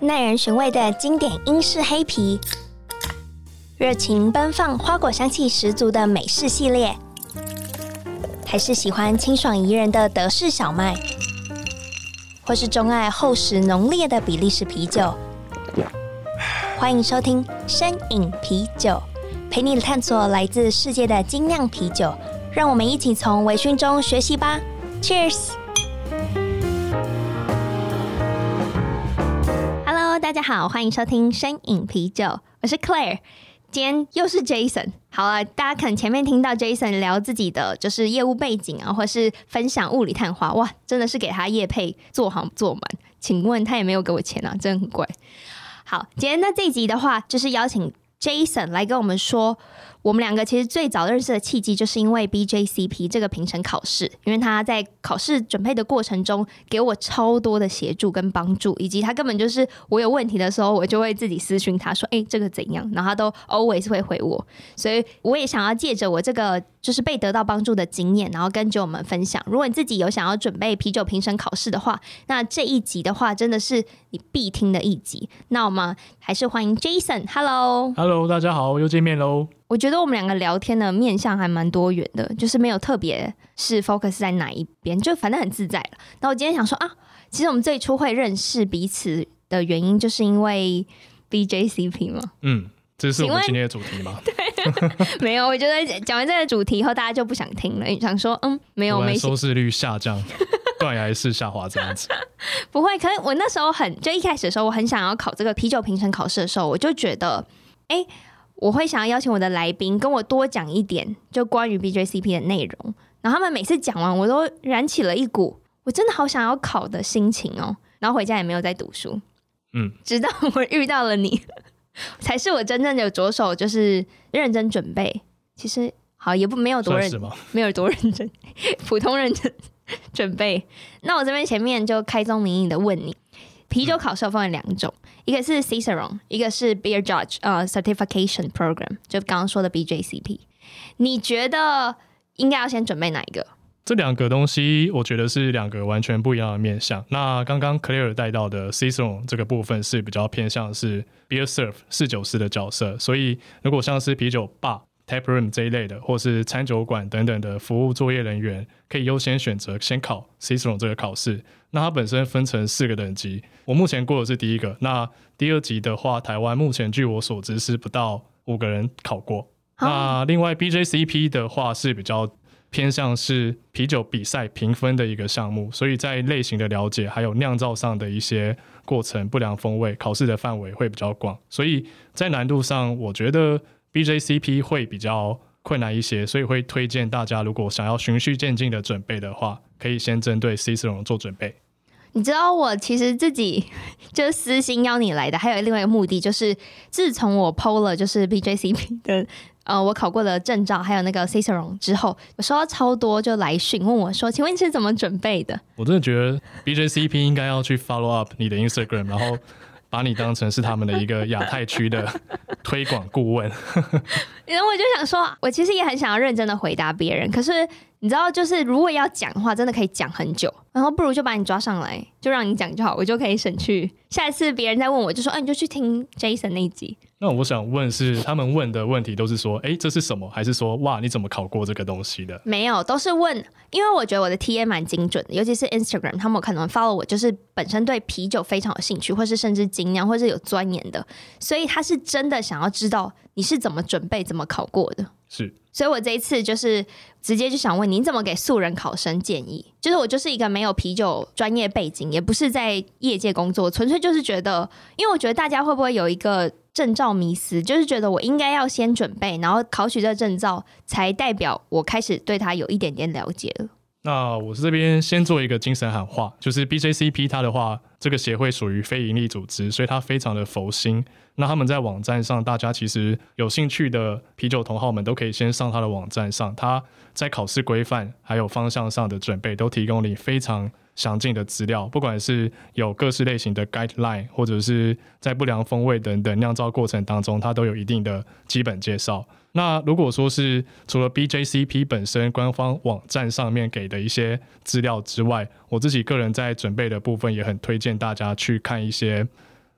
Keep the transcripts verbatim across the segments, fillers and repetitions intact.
耐人寻味的经典英式黑啤，热情奔放、花果香气十足的美式系列，还是喜欢清爽宜人的德式小麦，或是钟爱厚实浓烈的比利时啤酒。欢迎收听深饮啤酒，陪你探索来自世界的精酿啤酒，让我们一起从微醺中学习吧。Cheers！Hello， 大家好，欢迎收听深饮啤酒，我是 Claire， 今天又是 Jason。好了，大家可能前面听到 Jason 聊自己的就是业务背景啊，或是分享物理探花，哇，真的是给他业配做好做满。请问他也没有给我钱啊，真的很怪。好，今天的这一集的话，就是邀请 Jason 来跟我们说，我们两个其实最早认识的契机，就是因为 B J C P 这个评审考试，因为他在考试准备的过程中给我超多的协助跟帮助，以及他根本就是我有问题的时候，我就会自己私讯他说，哎、欸，这个怎样？然后他都 always 会回我，所以我也想要借着我这个就是被得到帮助的经验，然后跟酒友们分享。如果你自己有想要准备啤酒评审考试的话，那这一集的话真的是你必听的一集。那我们还是欢迎 Jason。Hello，Hello， 大家好，又见面喽。 我觉得我们两个聊天的面向还蛮多元的，就是没有特别是 focus 在哪一边，就反正很自在了。然后我今天想说啊，其实我们最初会认识彼此的原因，就是因为 B J C P 嘛。 嗯，这是我们今天的主题吗？ 对，没有，我觉得讲完这个主题以后，大家就不想听了，想说嗯，没有，没收视率下降，断崖式下滑这样子。 不会，可是我那时候很，就一开始的时候，我很想要考这个啤酒评审考试的时候，我就觉得，哎、欸。我会想要邀请我的来宾跟我多讲一点就关于 B J C P 的内容，然后他们每次讲完我都燃起了一股我真的好想要考的心情哦，然后回家也没有再读书，嗯，直到我遇到了你才是我真正的着手就是认真准备，其实好也不没有多认真，没有多认真，普通认真准备。那我这边前面就开宗明义的问你，啤酒考试分为两种，一个是 Cicerone， 一个是 Beer Judge、uh, Certification Program， 就刚刚说的 B J C P。你觉得应该要先准备哪一个？ 这两个东西，我觉得是两个完全不一样的面向。那刚刚 Claire 带到的 Cicerone 这个部分是比较偏向是 Beer Serve 侍酒师的角色，所以如果像是啤酒吧Tap room 这一类的，或是餐酒馆等等的服务作业人员，可以优先选择先考 Cicerone 这个考试。那它本身分成四个等级，我目前过的是第一个。那第二级的话，台湾目前据我所知是不到五个人考过。哦、那另外 B J C P 的话是比较偏向是啤酒比赛评分的一个项目，所以在类型的了解还有酿造上的一些过程、不良风味，考试的范围会比较广，所以在难度上，我觉得B J C P 会比较困难一些，所以会推荐大家如果想要循序渐进的准备的话，可以先针对 Cicerone 做准备。 你知道我其实自己就是私心邀你来的，还有另外一个目的，就是自从我 P O 了就是 B J C P 的呃我考过的证照，还有那个 Cicerone 之后，我收到超多就来讯问我说，请问你是怎么准备的？ 我真的觉得 B J C P 应该要去 follow up 你的 Instagram， 然后把你当成是他们的一个亚太区的推广顾问。 然后我就想说，我其实也很想要认真的回答别人，可是你知道，就是如果要讲的话，真的可以讲很久，然后不如就把你抓上来，就让你讲就好，我就可以省去下一次别人再问我，就说，哎、啊，你就去听 Jason 那一集。 那我想问是，他们问的问题都是说，哎，这是什么？还是说，哇，你怎么考过这个东西的？ 没有，都是问，因为我觉得我的 T A 蛮精准的，尤其是 Instagram， 他们可能 follow 我，就是本身对啤酒非常有兴趣，或是甚至精酿，或是有钻研的，所以他是真的想要知道你是怎么准备、怎么考过的。 是， 所以我这一次就是直接就想问你，你怎么给素人考生建议？就是我就是一个没有啤酒专业背景，也不是在业界工作，纯粹就是觉得，因为我觉得大家会不会有一个证照迷思，就是觉得我应该要先准备，然后考取这个证照，才代表我开始对它有一点点了解了。 那我这边先做一个精神喊话，就是 B J C P 它的话，这个协会属于非营利组织，所以它非常的佛心。那他们在网站上，大家其实有兴趣的啤酒同好们都可以先上他的网站上，他在考试规范还有方向上的准备都提供你非常详尽的资料，不管是有各式类型的 guideline， 或者是在不良风味等等酿造过程当中，它都有一定的基本介绍。那如果说是除了 B J C P 本身官方网站上面给的一些资料之外，我自己个人在准备的部分也很推荐大家去看一些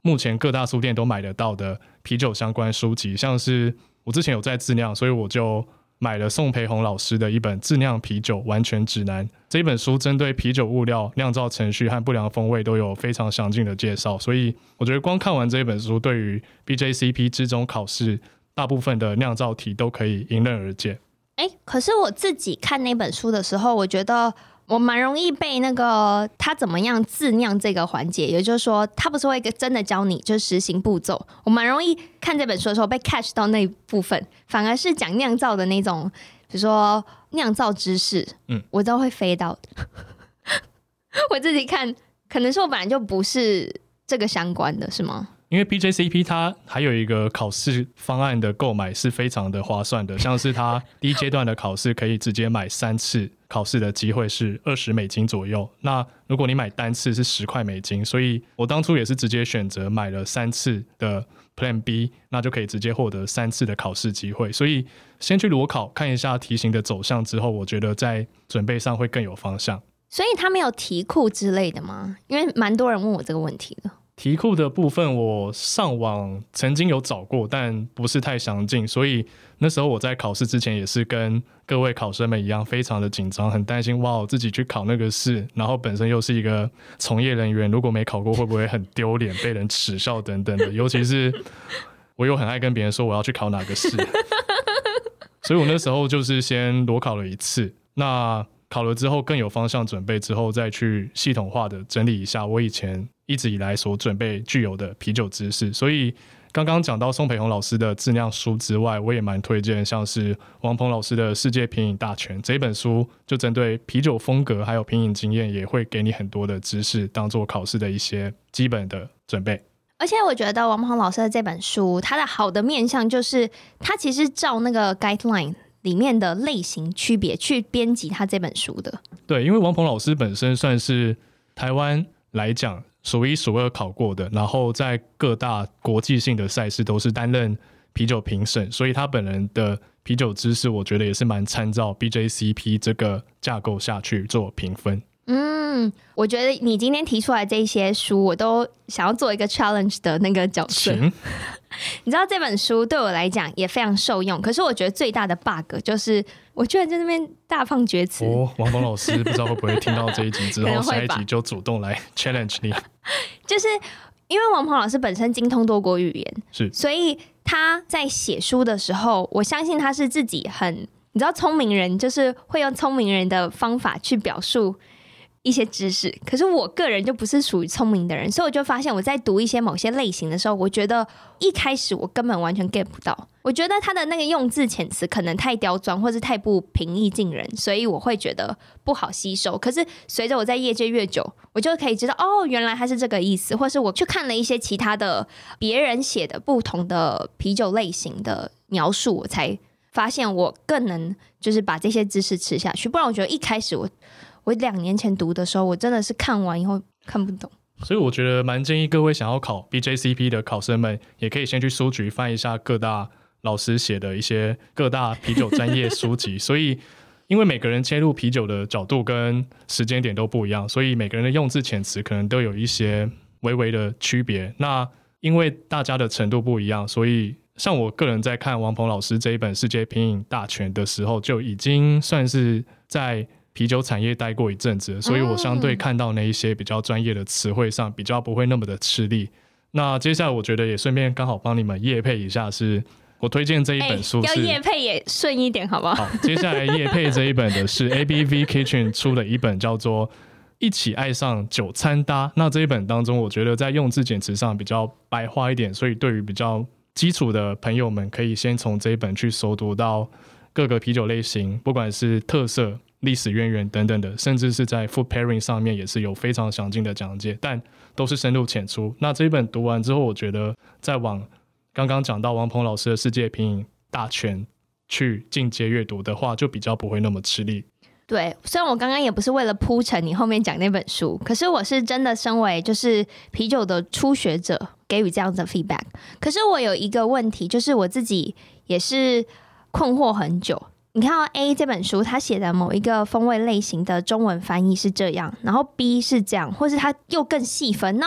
目前各大书店都买得到的啤酒相关书籍，像是我之前有在自酿，所以我就买了宋培宏老师的一本自酿啤酒完全指南。这一本书针对啤酒物料、酿造程序和不良风味都有非常详尽的介绍，所以我觉得光看完这一本书，对于 B J C P 之中考试大部分的酿造题都可以迎刃而解。 哎，可是我自己看那本书的时候，我觉得我蛮容易被那个他怎么样自酿这个环节，也就是说他不是会真的教你就是实行步骤，我蛮容易看这本书的时候被 catch 到那一部分，反而是讲酿造的那种比如说酿造知识、嗯、我都会飞到的我自己看可能是我本来就不是这个相关的，是吗？ 因为 B J C P 它还有一个考试方案的购买是非常的划算的，像是它第一阶段的考试可以直接买三次，考试的机会是二十美金左右，那如果你买单次是十块美金，所以我当初也是直接选择买了三次的 Plan B， 那就可以直接获得三次的考试机会，所以先去裸考看一下题型的走向之后，我觉得在准备上会更有方向。 所以他没有题库之类的吗？因为蛮多人问我这个问题的。 题库的部分我上网曾经有找过，但不是太详尽，所以那时候我在考试之前也是跟各位考生们一样非常的紧张，很担心哇我自己去考那个试，然后本身又是一个从业人员，如果没考过会不会很丢脸被人耻笑等等的，尤其是我又很爱跟别人说我要去考哪个试所以我那时候就是先裸考了一次，那考了之后更有方向准备之后再去系统化的整理一下我以前一直以来所准备具有的啤酒知识。所以刚刚讲到宋培宏老师的自酿书之外，我也蛮推荐像是王鹏老师的世界品饮大全，这本书就针对啤酒风格还有品饮经验，也会给你很多的知识当做考试的一些基本的准备。 而且我觉得王鹏老师的这本书它的好的面向就是它其实照那个 guideline里面的类型区别去编辑他这本书的。对， 因为王鹏老师本身算是台湾来讲数一数二考过的，然后在各大国际性的赛事都是担任啤酒评审，所以他本人的啤酒知识我觉得也是蛮参照 B J C P 这个架构下去做评分。嗯， 我觉得你今天提出来这些书我都想要做一个 challenge 的那个角色你知道这本书对我来讲也非常受用，可是我觉得最大的 bug 就是我居然在那边大放厥词哦，王鹏老师不知道会不会听到这一集之后下一集就主动来 challenge 你就是因为王鹏老师本身精通多国语言， 是， 所以他在写书的时候我相信他是自己很你知道聪明人就是会用聪明人的方法去表述一些知识，可是我个人就不是属于聪明的人，所以我就发现我在读一些某些类型的时候，我觉得一开始我根本完全 get 不到，我觉得他的那个用字遣词可能太刁钻或是太不平易近人，所以我会觉得不好吸收。可是随着我在业界越久，我就可以知道哦，原来他是这个意思，或是我去看了一些其他的别人写的不同的啤酒类型的描述，我才发现我更能就是把这些知识吃下去，不然我觉得一开始我我两年前读的时候我真的是看完以后看不懂， 所以我觉得蛮建议各位想要考 B J C P 的考生们也可以先去书局翻一下各大老师写的一些各大啤酒专业书籍所以因为每个人切入啤酒的角度跟时间点都不一样，所以每个人的用字遣词可能都有一些微微的区别，那因为大家的程度不一样，所以像我个人在看王鹏老师这一本世界品饮大全的时候就已经算是在啤酒产业待过一阵子，所以我相对看到那一些比较专业的词汇上比较不会那么的吃力。那接下来我觉得也顺便刚好帮你们业配一下，是我推荐这一本书是、 欸、要业配也顺一点好不好？ 好，接下来业配这一本的是 A B V Kitchen 出的一本叫做一起爱上酒餐搭，那这一本当中我觉得在用字遣词上比较白话一点，所以对于比较基础的朋友们可以先从这一本去熟读到各个啤酒类型，不管是特色历史渊源等等的，甚至是在 food pairing 上面也是有非常详尽的讲解，但都是深入浅出。那这一本读完之后，我觉得再往刚刚讲到王鹏老师的世界品饮大全去进阶阅读的话，就比较不会那么吃力。 对，虽然我刚刚也不是为了铺陈你后面讲那本书，可是我是真的身为就是啤酒的初学者给予这样子的 feedback。可是我有一个问题，就是我自己也是困惑很久。你看到 A 这本书他写的某一个风味类型的中文翻译是这样，然后 B 是这样，或是他又更细分，那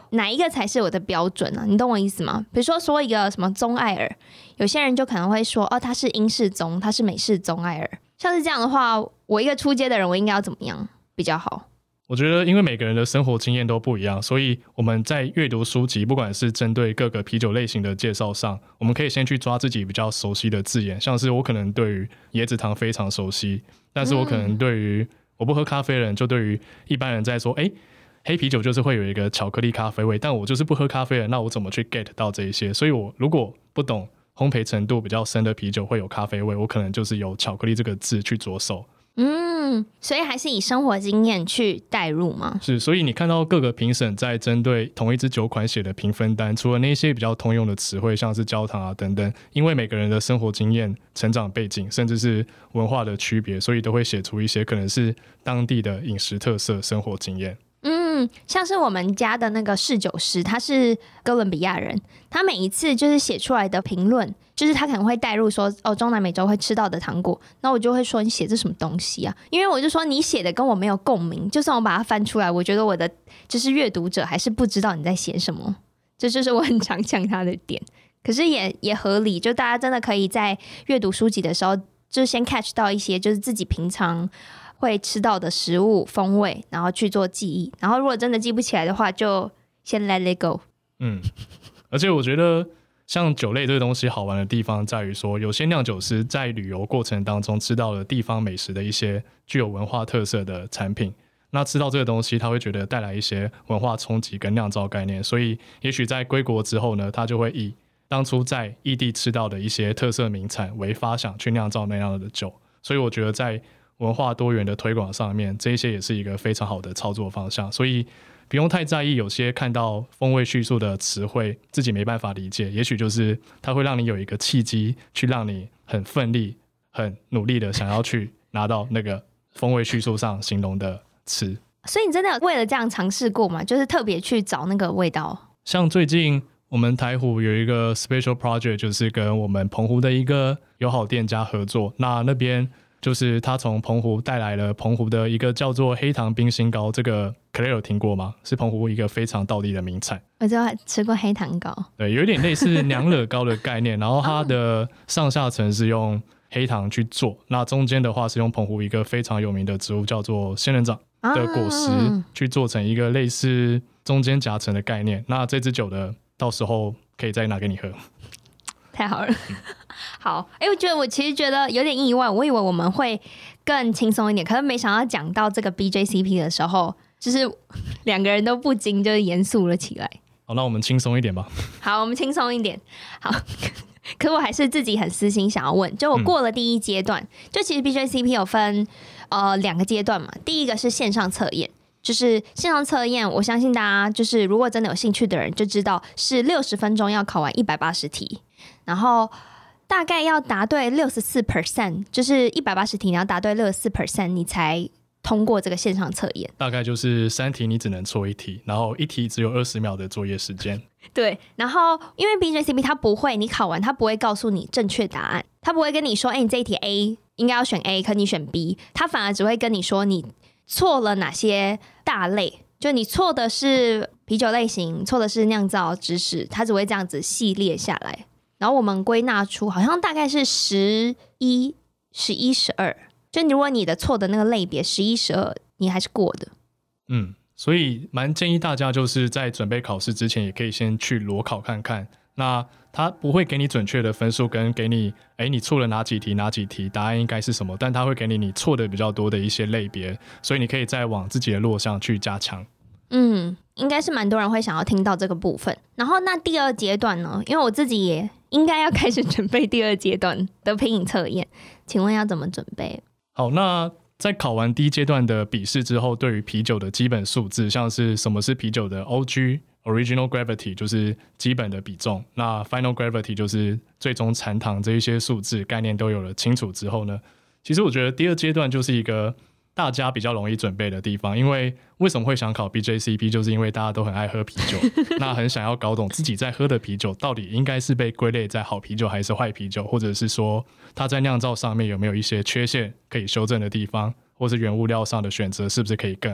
哪一个才是我的标准啊？你懂我意思吗？比如说说一个什么棕艾尔，有些人就可能会说哦，它是英式棕，它是美式棕艾尔。像是这样的话，我一个初阶的人，我应该要怎么样比较好？ 我觉得因为每个人的生活经验都不一样，所以我们在阅读书籍，不管是针对各个啤酒类型的介绍上，我们可以先去抓自己比较熟悉的字眼，像是我可能对于椰子糖非常熟悉，但是我可能对于、嗯、我不喝咖啡的人，就对于一般人在说哎，黑啤酒就是会有一个巧克力咖啡味，但我就是不喝咖啡的，那我怎么去 get 到这一些？所以我如果不懂烘焙程度比较深的啤酒会有咖啡味，我可能就是由巧克力这个字去着手。 嗯，所以还是以生活经验去带入吗？ 是，所以你看到各个评审在针对同一支酒款写的评分单，除了那些比较通用的词汇，像是焦糖啊等等，因为每个人的生活经验、成长背景，甚至是文化的区别，所以都会写出一些可能是当地的饮食特色、生活经验。 嗯，像是我们家的那个侍酒师，他是哥伦比亚人，他每一次就是写出来的评论，就是他可能会带入说哦，中南美洲会吃到的糖果，那我就会说你写这什么东西啊？因为我就说你写的跟我没有共鸣，就算我把它翻出来，我觉得我的就是阅读者还是不知道你在写什么，这就是我很常讲他的点。可是也也合理，就大家真的可以在阅读书籍的时候，就先 catch 到一些就是自己平常会吃到的食物风味，然后去做记忆，然后如果真的记不起来的话，就先 let it go。 嗯，而且我觉得像酒类这个东西好玩的地方在于说，有些酿酒师在旅游过程当中吃到了地方美食的一些具有文化特色的产品，那吃到这个东西他会觉得带来一些文化冲击跟酿造概念，所以也许在归国之后呢，他就会以当初在异地吃到的一些特色名产为发想去酿造那样的酒。所以我觉得在文化多元的推广上面，这一些也是一个非常好的操作方向，所以不用太在意有些看到风味叙述的词汇自己没办法理解，也许就是它会让你有一个契机去让你很奋力很努力的想要去拿到那个风味叙述上形容的词。 所以你真的有为了这样尝试过吗？就是特别去找那个味道？ 像最近我们台湖有一个 special project， 就是跟我们澎湖的一个友好店家合作，那那边就是他从澎湖带来了澎湖的一个叫做黑糖冰心糕，这个 Claire 有听过吗？是澎湖一个非常道地的名产。 我就吃过黑糖糕，对， 有点类似娘惹糕的概念，然后它的上下层是用黑糖去做，那中间的话是用澎湖一个非常有名的植物叫做仙人掌的果实去做成一个类似中间夹层的概念。那这支酒的到时候可以再拿给你喝。 太好了。好，哎、欸，我觉得我其实觉得有点意外，我以为我们会更轻松一点，可是没想到讲到这个 B J C P 的时候，就是两个人都不禁就是严肃了起来。 好，那我们轻松一点吧。 好，我们轻松一点。好，可是我还是自己很私心想要问，就我过了第一阶段、嗯，就其实 B J C P 有分呃两个阶段嘛，第一个是线上测验。就是线上测验，我相信大家就是如果真的有兴趣的人就知道是六十分钟要考完一百八十题，然后大概要答对 百分之六十四， 就是一百八十题你要答对 百分之六十四 你才通过这个线上测验。大概就是三题你只能错一题，然后一题只有二十秒的作业时间。对，然后因为 B J C P 它不会，你考完它不会告诉你正确答案，它不会跟你说哎、欸，你这一题 A 应该要选 A 可你选 B， 它反而只会跟你说你错了哪些大类，就你错的是啤酒类型，错的是酿造知识，它只会这样子系列下来，然后我们归纳出好像大概是十一、十一、十二，就如果你的错的那个类别十一、十二，你还是过的。嗯，所以蛮建议大家就是在准备考试之前，也可以先去裸考看看。那他不会给你准确的分数跟给你哎你错了哪几题哪几题答案应该是什么，但他会给你你错的比较多的一些类别，所以你可以再往自己的弱项去加强。嗯，应该是蛮多人会想要听到这个部分。然后那第二阶段呢，因为我自己也应该要开始准备第二阶段的品饮测验，请问要怎么准备？好，那在考完第一阶段的笔试之后，对于啤酒的基本数字，像是什么是啤酒的 O G、Original Gravity 就是基本的比重，那 Final Gravity 就是最终残糖，这一些数字概念都有了清楚之后呢，其实我觉得第二阶段就是一个大家比较容易准备的地方。因为为什么会想考 B J C P， 就是因为大家都很爱喝啤酒那很想要搞懂自己在喝的啤酒到底应该是被归类在好啤酒还是坏啤酒，或者是说它在酿造上面有没有一些缺陷可以修正的地方，或是原物料上的选择是不是可以更好。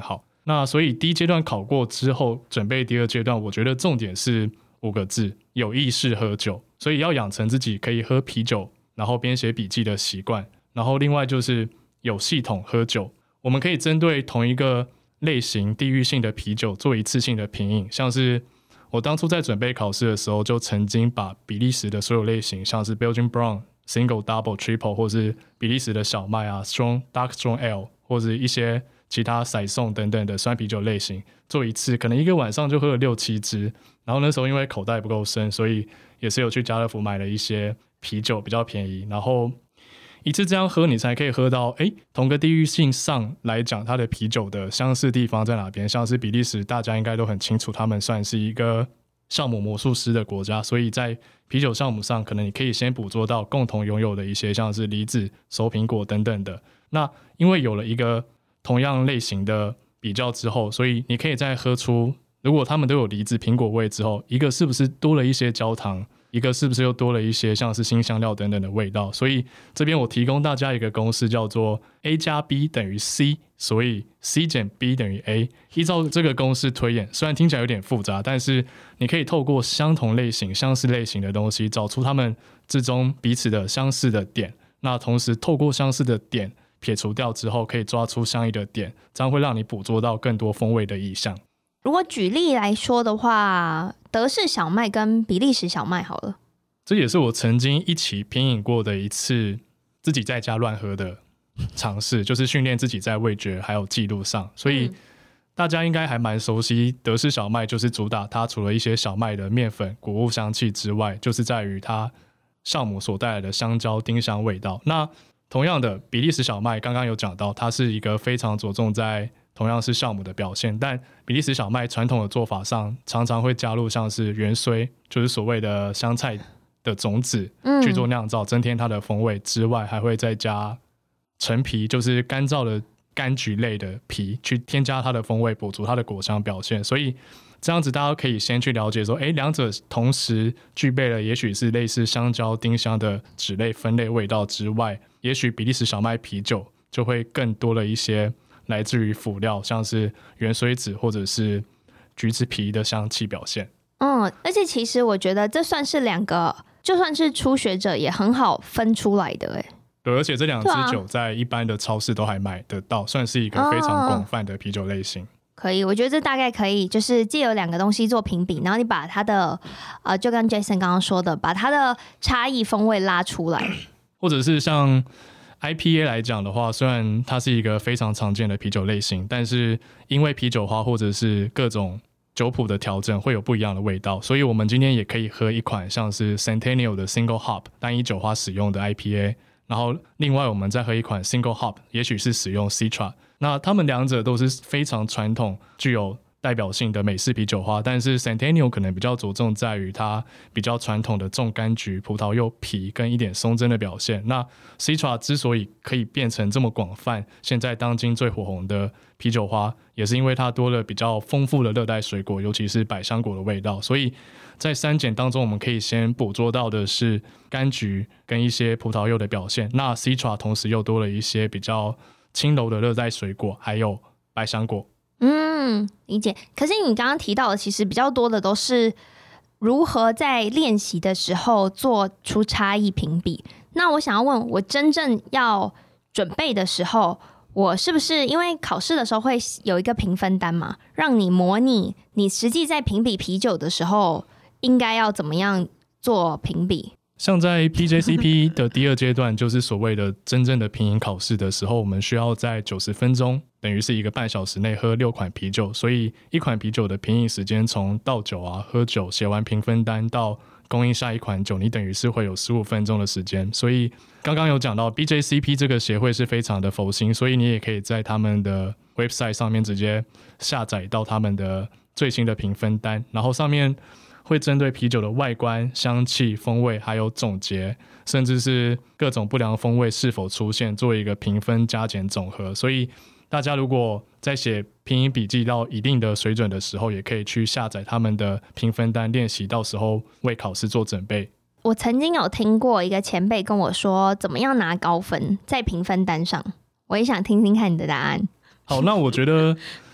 那所以第一阶段考过之后，准备第二阶段，我觉得重点是五个字：有意识喝酒。所以要养成自己可以喝啤酒，然后边写笔记的习惯。然后另外就是有系统喝酒，我们可以针对同一个类型地域性的啤酒做一次性的品饮，像是我当初在准备考试的时候，就曾经把比利时的所有类型，像是 Belgian Brown、Single、Double、Triple， 或是比利时的小麦啊 Strong、Dark、Strong Ale， 或是一些其他赛颂等等的酸啤酒类型做一次，可能一个晚上就喝了六七支。然后那时候因为口袋不够深，所以也是有去家乐福买了一些啤酒，比较便宜，然后一次这样喝，你才可以喝到，哎，同个地域性上来讲，它的啤酒的相似地方在哪边？像是比利时，大家应该都很清楚，他们算是一个酵母魔术师的国家，所以在啤酒酵母上，可能你可以先捕捉到共同拥有的一些，像是梨子、熟苹果等等的。那因为有了一个同样类型的比较之后，所以你可以再喝出，如果他们都有梨子、苹果味之后，一个是不是多了一些焦糖？一个是不是又多了一些像是辛香料等等的味道？所以这边我提供大家一个公式，叫做 A 加 B 等于 C， 所以 C 减 B 等于 A。 依照这个公式推演，虽然听起来有点复杂，但是你可以透过相同类型、相似类型的东西，找出它们之中彼此的相似的点，那同时透过相似的点撇除掉之后，可以抓出相异的点，这样会让你捕捉到更多风味的意象。 如果举例来说的话，德式小麦跟比利时小麦好了， 这也是我曾经一起品饮过的一次自己在家乱喝的尝试，就是训练自己在味觉还有记录上。所以大家应该还蛮熟悉德式小麦，就是主打它除了一些小麦的面粉谷物香气之外，就是在于它酵母所带来的香蕉丁香味道。那同样的比利时小麦刚刚有讲到，它是一个非常着重在同样是酵母的表现，但比利时小麦传统的做法上常常会加入像是芫荽，就是所谓的香菜的种子去做酿造，增添它的风味之外，还会再加陈皮，就是干燥的柑橘类的皮，去添加它的风味，补足它的果香表现。所以这样子大家可以先去了解说，哎，两者同时具备了也许是类似香蕉丁香的脂类分类味道之外，也许比利时小麦啤酒就会更多了一些来自于辅料，像是芫荽籽或者是橘子皮的香气表现。 嗯，而且其实我觉得这算是两个，就算是初学者也很好分出来的耶。 对，而且这两支酒在一般的超市都还买得到，算是一个非常广泛的啤酒类型。 可以，我觉得这大概可以，就是借由两个东西做评比，然后你把它的呃，就跟 Jason 刚刚说的，把它的差异风味拉出来， 或者是像 I P A 来讲的话，虽然它是一个非常常见的啤酒类型，但是因为啤酒花或者是各种酒谱的调整会有不一样的味道，所以我们今天也可以喝一款像是 Centennial 的 Single Hop 单一酒花使用的 I P A， 然后另外我们再喝一款 Single Hop， 也许是使用 Citra。 那他们两者都是非常传统具有代表性的美式啤酒花，但是 Centennial 可能比较着重在于它比较传统的重柑橘、葡萄柚皮跟一点松针的表现。那 Citra 之所以可以变成这么广泛，现在当今最火红的啤酒花，也是因为它多了比较丰富的热带水果，尤其是百香果的味道。所以在三检当中，我们可以先捕捉到的是柑橘跟一些葡萄柚的表现，那 Citra 同时又多了一些比较轻柔的热带水果，还有百香果。 嗯，理解。可是你刚刚提到的，其实比较多的都是如何在练习的时候做出差异评比。那我想要问，我真正要准备的时候，我是不是因为考试的时候会有一个评分单嘛，让你模拟你实际在评比啤酒的时候应该要怎么样做评比？ 像在 P J C P 的第二阶段，就是所谓的真正的品饮考试的时候，我们需要在九十分钟，等于是一个半小时内喝六款啤酒，所以一款啤酒的品饮时间从倒酒啊、喝酒、写完评分单到供应下一款酒，你等于是会有十五分钟的时间。所以刚刚有讲到 B J C P 这个协会是非常的佛心，所以你也可以在他们的 website 上面直接下载到他们的最新的评分单，然后上面会针对啤酒的外观、香气、风味还有总结，甚至是各种不良风味是否出现，做一个评分加减总和。所以大家如果在写品饮笔记到一定的水准的时候，也可以去下载他们的评分单练习，到时候为考试做准备。 我曾经有听过一个前辈跟我说怎么样拿高分在评分单上，我也想听听看你的答案。 好，那我觉得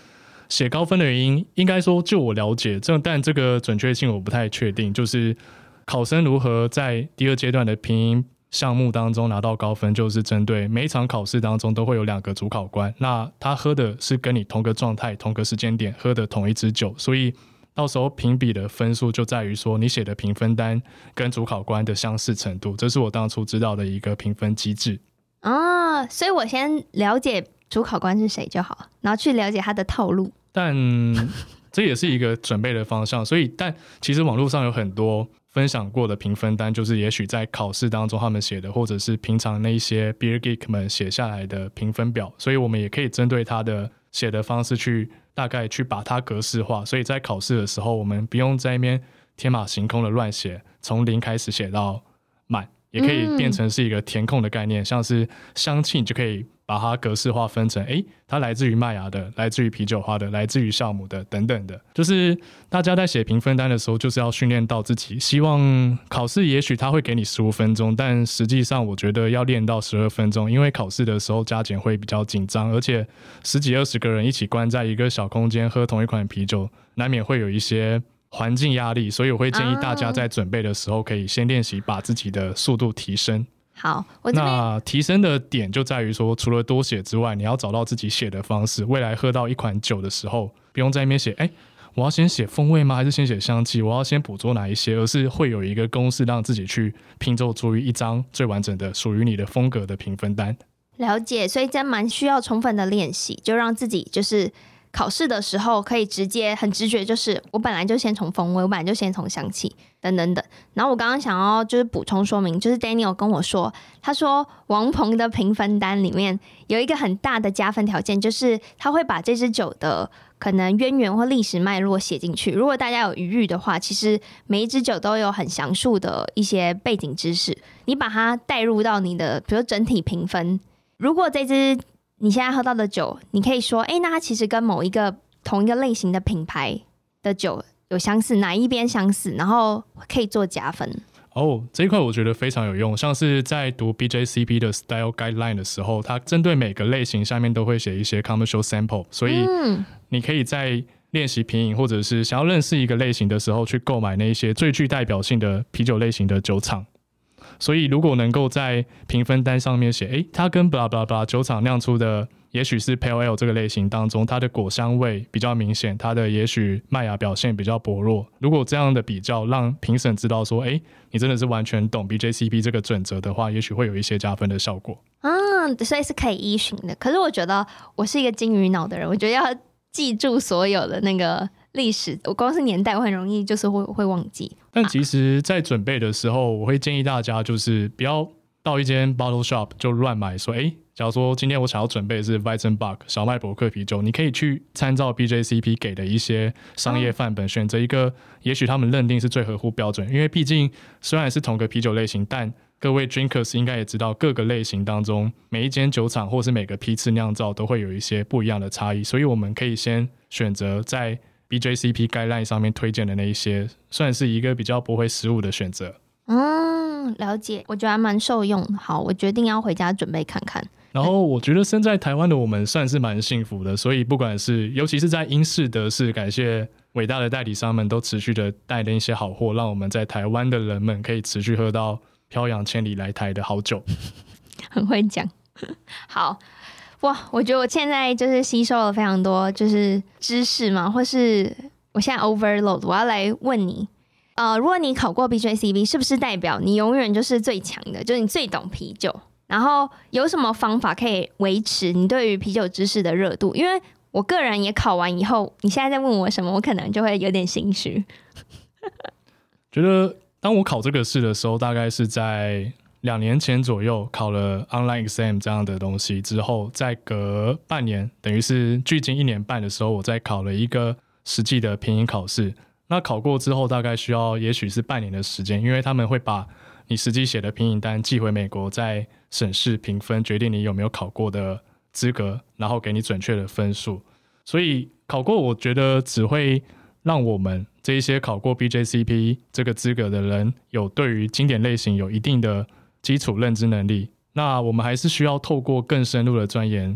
写高分的原因，应该说就我了解，这但这个准确性我不太确定。就是考生如何在第二阶段的评音项目当中拿到高分，就是针对每一场考试当中都会有两个主考官，那他喝的是跟你同个状态、同个时间点喝的同一支酒，所以到时候评比的分数就在于说你写的评分单跟主考官的相似程度，这是我当初知道的一个评分机制。 哦，所以我先了解主考官是谁就好，然后去了解他的套路。 但这也是一个准备的方向，所以但其实网络上有很多分享过的评分单，就是也许在考试当中他们写的，或者是平常那一些 beer geek 们写下来的评分表，所以我们也可以针对他的写的方式去大概去把它格式化，所以在考试的时候我们不用在那边天马行空的乱写，从零开始写到满，也可以变成是一个填空的概念、嗯、像是香气就可以把它格式化分成，诶，它来自于麦芽的，来自于啤酒花的，来自于酵母的等等的。就是大家在写评分单的时候，就是要训练到自己，希望考试也许他会给你十五分钟，但实际上我觉得要练到十二分钟，因为考试的时候加减会比较紧张，而且十几二十个人一起关在一个小空间喝同一款啤酒，难免会有一些环境压力，所以我会建议大家在准备的时候可以先练习把自己的速度提升。 好，我这边那提升的点就在于说，除了多写之外，你要找到自己写的方式。未来喝到一款酒的时候，不用在那边写，哎，我要先写风味吗？还是先写香气？我要先捕捉哪一些？而是会有一个公式让自己去拼凑出一张最完整的、属于你的风格的评分单。 了解，所以这蛮需要充分的练习，就让自己就是考试的时候可以直接很直觉，就是我本来就先从风味，我本来就先从香气等等等。然后我刚刚想要就是补充说明，就是 Daniel 跟我说，他说王鹏的评分单里面有一个很大的加分条件，就是他会把这支酒的可能渊源或历史脉络写进去。如果大家有余裕的话，其实每一支酒都有很详述的一些背景知识，你把它带入到你的比如整体评分。如果这支你现在喝到的酒，你可以说，哎，那它其实跟某一个同一个类型的品牌的酒有相似，哪一边相似，然后可以做加分。 哦，这一块我觉得非常有用，像是在读 B J C P 的 Style Guideline 的时候，它针对每个类型下面都会写一些 commercial sample， 所以你可以在练习品饮或者是想要认识一个类型的时候，去购买那些最具代表性的啤酒类型的酒厂。所以如果能够在评分单上面写，诶，它跟 blah blah blah 酒厂酿出的也许是 Pale Ale 这个类型当中，它的果香味比较明显，它的也许麦芽表现比较薄弱，如果这样的比较让评审知道说，诶，你真的是完全懂 B J C P 这个准则的话，也许会有一些加分的效果。 嗯，所以是可以依循的。可是我觉得我是一个金鱼脑的人，我觉得要记住所有的那个历史，我光是年代我很容易就是会会忘记。 但其实在准备的时候，我会建议大家就是不要到一间 bottle shop 就乱买说，哎，假如说今天我想要准备的是 Weizenbock 小麦伯克啤酒，你可以去参照 B J C P 给的一些商业范本、嗯、选择一个也许他们认定是最合乎标准，因为毕竟虽然是同个啤酒类型，但各位 drinkers 应该也知道各个类型当中每一间酒厂或是每个批次酿造都会有一些不一样的差异，所以我们可以先选择在B J C P Guideline 上面推荐的那一些，算是一个比较不会失误的选择。 嗯，了解，我觉得还蛮受用。好，我决定要回家准备看看。 然后我觉得身在台湾的我们算是蛮幸福的，所以不管是尤其是在英式德式，感谢伟大的代理商们都持续的带了一些好货，让我们在台湾的人们可以持续喝到漂洋千里来台的好酒。 很会讲。好。哇，我觉得我现在就是吸收了非常多就是知识嘛，或是我现在 overload， 我要来问你，呃，如果你考过 B J C P， 是不是代表你永远就是最强的，就是你最懂啤酒？然后有什么方法可以维持你对于啤酒知识的热度？因为我个人也考完以后，你现在在问我什么，我可能就会有点心虚。 觉得当我考这个试的时候，大概是在两年前左右考了 online exam 这样的东西之后，再隔半年，等于是距今一年半的时候，我再考了一个实际的评饮考试。那考过之后大概需要也许是半年的时间，因为他们会把你实际写的评饮单寄回美国，再审视评分，决定你有没有考过的资格，然后给你准确的分数。所以考过我觉得只会让我们这一些考过 B J C P 这个资格的人有对于经典类型有一定的基础认知能力，那我们还是需要透过更深入的钻研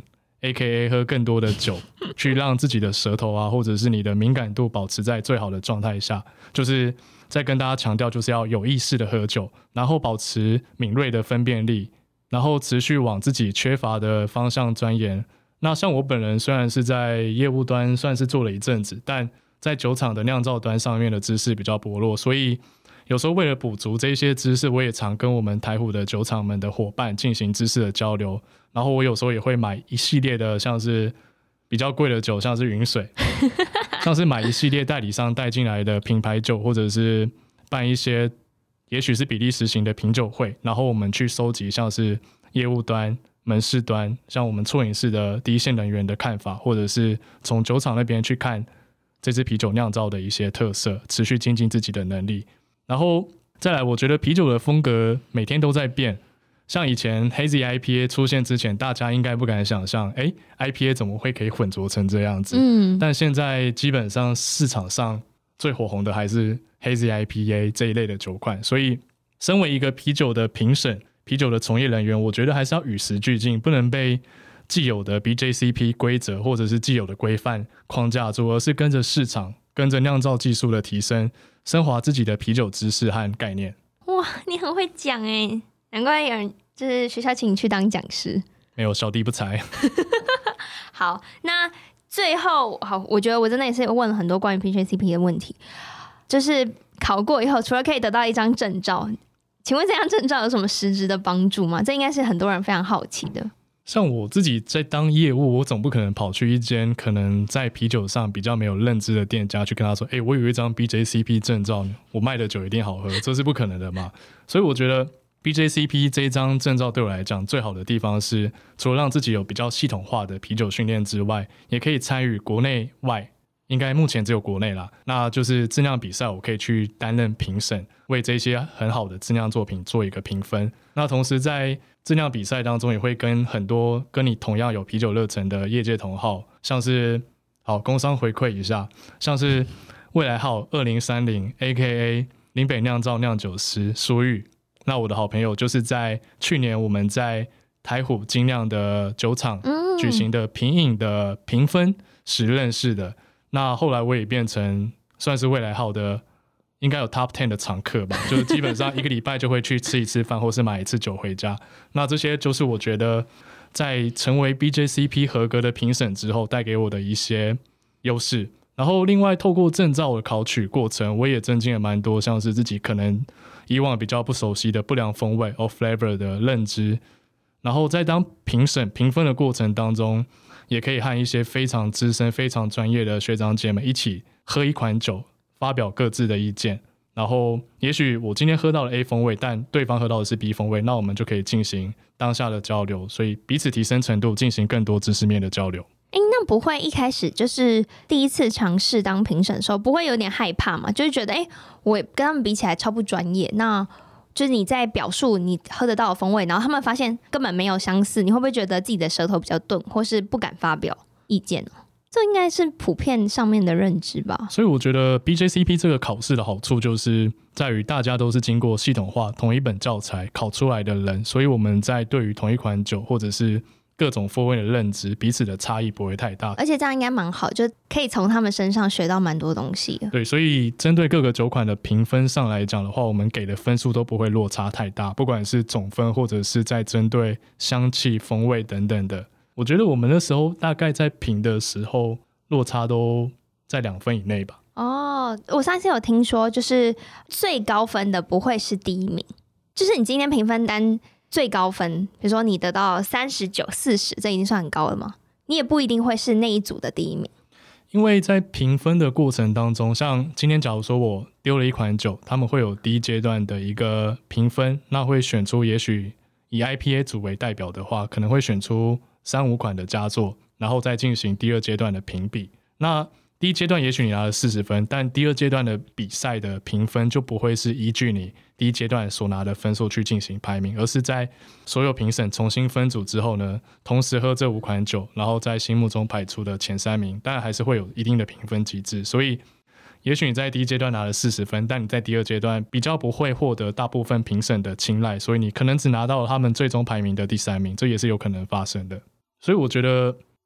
A K A 喝更多的酒去让自己的舌头啊或者是你的敏感度保持在最好的状态下，就是再跟大家强调就是要有意识的喝酒，然后保持敏锐的分辨力，然后持续往自己缺乏的方向钻研。那像我本人虽然是在业务端算是做了一阵子，但在酒厂的酿造端上面的知识比较薄弱，所以有时候为了补足这些知识，我也常跟我们台湖的酒厂们的伙伴进行知识的交流，然后我有时候也会买一系列的像是比较贵的酒，像是云水像是买一系列代理商带进来的品牌酒，或者是办一些也许是比利时型的品酒会，然后我们去收集像是业务端门市端像我们啜饮室的第一线人员的看法，或者是从酒厂那边去看这支啤酒酿造的一些特色，持续精进自己的能力。然后再来我觉得啤酒的风格每天都在变，像以前 Hazy I P A 出现之前，大家应该不敢想象诶 I P A 怎么会可以混浊成这样子、嗯、但现在基本上市场上最火红的还是 Hazy I P A 这一类的酒款，所以身为一个啤酒的评审啤酒的从业人员，我觉得还是要与时俱进，不能被既有的 B J C P 规则或者是既有的规范框架住，而是跟着市场跟着酿造技术的提升，升华自己的啤酒知识和概念。 哇，你很会讲耶，难怪有人就是学校请你去当讲师。 没有，小弟不才好，那最后好，我觉得我真的也是问了很多关于 B J C P 的问题，就是考过以后除了可以得到一张证照，请问这张证照有什么实质的帮助吗？这应该是很多人非常好奇的。 像我自己在当业务，我总不可能跑去一间可能在啤酒上比较没有认知的店家去跟他说哎、欸，我有一张 B J C P 证照，我卖的酒一定好喝，这是不可能的嘛。所以我觉得 B J C P 这一张证照对我来讲最好的地方是，除了让自己有比较系统化的啤酒训练之外，也可以参与国内外，应该目前只有国内啦，那就是质量比赛我可以去担任评审，为这些很好的质量作品做一个评分。那同时在质量比赛当中也会跟很多跟你同样有啤酒热忱的业界同好，像是好工商回馈一下，像是未来号二零三零 A K A 林北酿造酿酒师苏玉，那我的好朋友就是在去年我们在台虎精酿的酒厂举行的品饮的评分时认识的，那后来我也变成算是未来号的应该有 top 十 的常客吧，就是基本上一个礼拜就会去吃一次饭或是买一次酒回家。那这些就是我觉得在成为 B J C P 合格的评审之后带给我的一些优势。然后另外透过证照的考取过程，我也增进了蛮多像是自己可能以往比较不熟悉的不良风味 off flavor 的认知。然后在当评审评分的过程当中，也可以和一些非常资深非常专业的学长姐们一起喝一款酒，发表各自的意见，然后也许我今天喝到了 A 风味，但对方喝到的是 B 风味，那我们就可以进行当下的交流，所以彼此提升程度，进行更多知识面的交流。 欸，那不会一开始就是第一次尝试当评审的时候，不会有点害怕吗？就是觉得哎、欸，我跟他们比起来超不专业，那就是你在表述你喝得到的风味，然后他们发现根本没有相似，你会不会觉得自己的舌头比较钝，或是不敢发表意见呢？这应该是普遍上面的认知吧。 所以我觉得 B J C P 这个考试的好处就是在于大家都是经过系统化同一本教材考出来的人，所以我们在对于同一款酒或者是各种风味的认知，彼此的差异不会太大， 而且这样应该蛮好，就可以从他们身上学到蛮多东西的。 对，所以针对各个酒款的评分上来讲的话，我们给的分数都不会落差太大，不管是总分或者是在针对香气风味等等的，我觉得我们那时候大概在评的时候落差都在两分以内吧。 哦，我上次有听说就是最高分的不会是第一名，就是你今天评分单最高分，比如说你得到三十九、四十，这已经算很高了吗？你也不一定会是那一组的第一名。 因为在评分的过程当中，像今天假如说我丢了一款酒，他们会有第一阶段的一个评分，那会选出也许以 I P A 组为代表的话，可能会选出三五款的佳作，然后再进行第二阶段的评比。那第一阶段也许你拿了四十分，但第二阶段的比赛的评分就不会是依据你第一阶段所拿的分数去进行排名，而是在所有评审重新分组之后呢，同时喝这五款酒，然后在心目中排出的前三名，当然还是会有一定的评分机制。所以也许你在第一阶段拿了四十分，但你在第二阶段比较不会获得大部分评审的青睐，所以你可能只拿到了他们最终排名的第三名，这也是有可能发生的。所以我觉得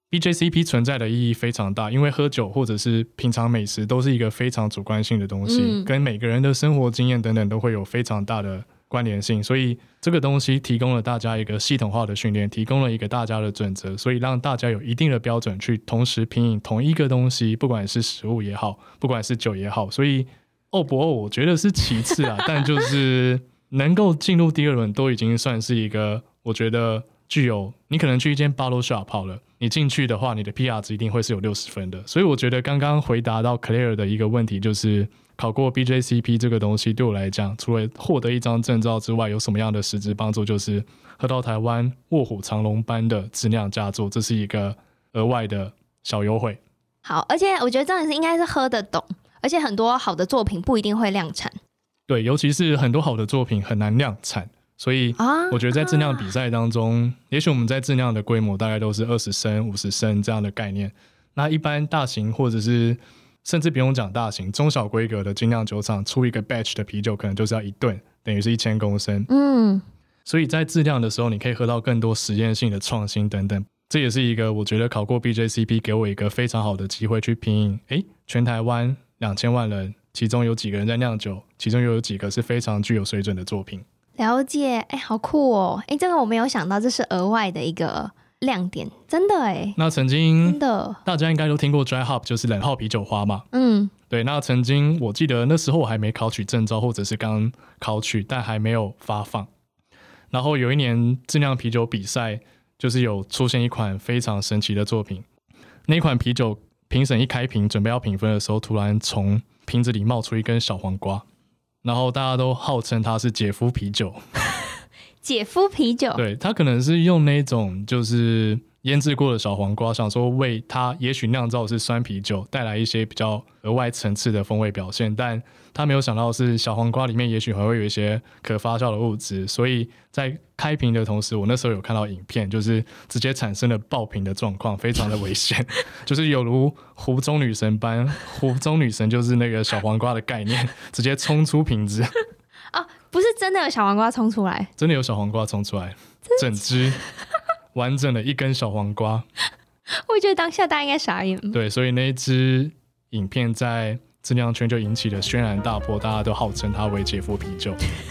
B J C P 存在的意义非常大，因为喝酒或者是品尝美食都是一个非常主观性的东西、嗯、跟每个人的生活经验等等都会有非常大的关联性，所以这个东西提供了大家一个系统化的训练，提供了一个大家的准则，所以让大家有一定的标准去同时品饮同一个东西，不管是食物也好，不管是酒也好，所以哦不哦我觉得是其次啊但就是能够进入第二轮都已经算是一个我觉得具有，你可能去一间 bottle shop 好了，你进去的话你的 P R 值一定会是有六十分的，所以我觉得刚刚回答到 Claire 的一个问题，就是考过 B J C P 这个东西对我来讲，除了获得一张证照之外有什么样的实质帮助，就是喝到台湾卧虎藏龙般的质量佳作，这是一个额外的小优惠。 好，而且我觉得这样是应该是喝得懂，而且很多好的作品不一定会量产。 对，尤其是很多好的作品很难量产，所以我觉得在质量比赛当中、啊、也许我们在质量的规模大概都是二十升五十升这样的概念，那一般大型或者是甚至不用讲大型，中小规格的精酿酒厂出一个 batch 的啤酒可能就是要一吨，等于是一千公升。嗯，所以在质量的时候你可以喝到更多实验性的创新等等，这也是一个我觉得考过 B J C P 给我一个非常好的机会去品饮诶全台湾两千万人其中有几个人在酿酒，其中又有几个是非常具有水准的作品。 了解，哎，好酷哦！哎，这个我没有想到，这是额外的一个亮点，真的哎。 那曾经真的大家应该都听过 dry hop 就是冷泡啤酒花嘛， 嗯， 对。那曾经我记得那时候我还没考取证照，或者是刚考取但还没有发放，然后有一年质量啤酒比赛就是有出现一款非常神奇的作品，那款啤酒评审一开瓶准备要评分的时候，突然从瓶子里冒出一根小黄瓜，然后大家都号称它是姐夫啤酒姐夫啤酒， 对，他可能是用那种就是腌制过的小黄瓜，想说为它也许酿造的是酸啤酒带来一些比较额外层次的风味表现，但他没有想到是小黄瓜里面也许还会有一些可发酵的物质，所以在开瓶的同时，我那时候有看到影片，就是直接产生了爆瓶的状况，非常的危险就是有如湖中女神般，湖中女神就是那个小黄瓜的概念直接冲出瓶子哦，不是真的有小黄瓜冲出来， 真的有小黄瓜冲出来，整只完整的一根小黄瓜我觉得当下大家应该傻眼。 对，所以那一支影片在质量圈就引起了轩然大波，大家都号称它为姐夫啤酒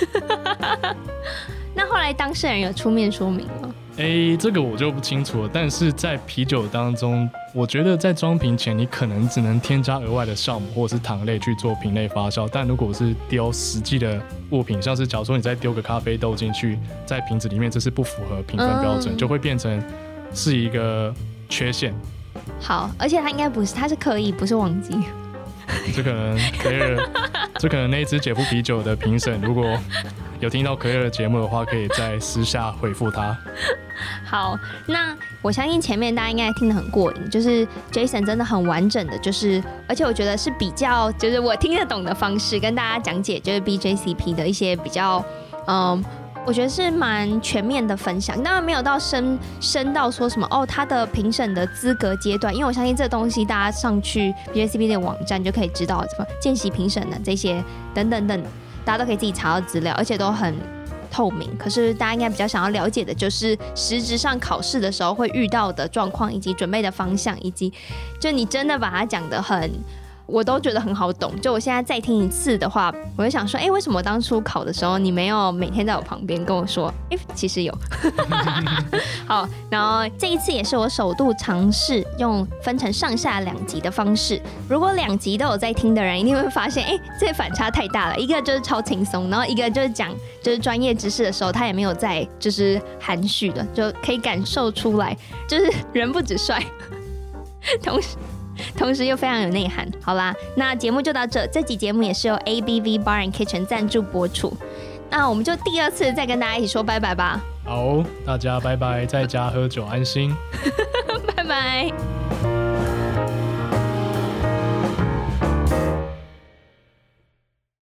那后来当事人有出面说明吗？ 欸，这个我就不清楚了，但是在啤酒当中，我觉得在装瓶前你可能只能添加额外的酵母或者是糖类去做瓶内发酵，但如果是丢实际的物品，像是假如说你再丢个咖啡豆进去在瓶子里面，这是不符合评分标准、嗯、就会变成是一个缺陷。 好，而且他应该不是，他是刻意，不是忘记这可能可以这可能那一支姐夫啤酒的评审如果有听到可乐的节目的话，可以在私下回复他。 好，那我相信前面大家应该听得很过瘾，就是 Jason 真的很完整的，就是而且我觉得是比较就是我听得懂的方式跟大家讲解，就是 B J C P 的一些比较嗯。我觉得是蛮全面的分享，当然没有到深深到说什么哦，他的评审的资格阶段，因为我相信这东西大家上去 B J C P 的网站就可以知道什么见习评审的这些等等等，大家都可以自己查到资料，而且都很透明。可是大家应该比较想要了解的就是实质上考试的时候会遇到的状况，以及准备的方向，以及就你真的把它讲得很。我都觉得很好懂，就我现在再听一次的话，我就想说，哎、欸，为什么当初考的时候你没有每天在我旁边跟我说？哎、欸，其实有。好，然后这一次也是我首度尝试用分成上下两集的方式。如果两集都有在听的人，一定会发现，哎、欸，这反差太大了。一个就是超轻松，然后一个就是讲就是专业知识的时候，他也没有在就是含蓄的，就可以感受出来，就是人不止帅，同时。同时又非常有内涵。好啦，那节目就到这，这集节目也是由 A B V Bar and Kitchen 赞助播出。那我们就第二次再跟大家一起说拜拜吧。 好，大家拜拜，在家喝酒安心。 拜拜。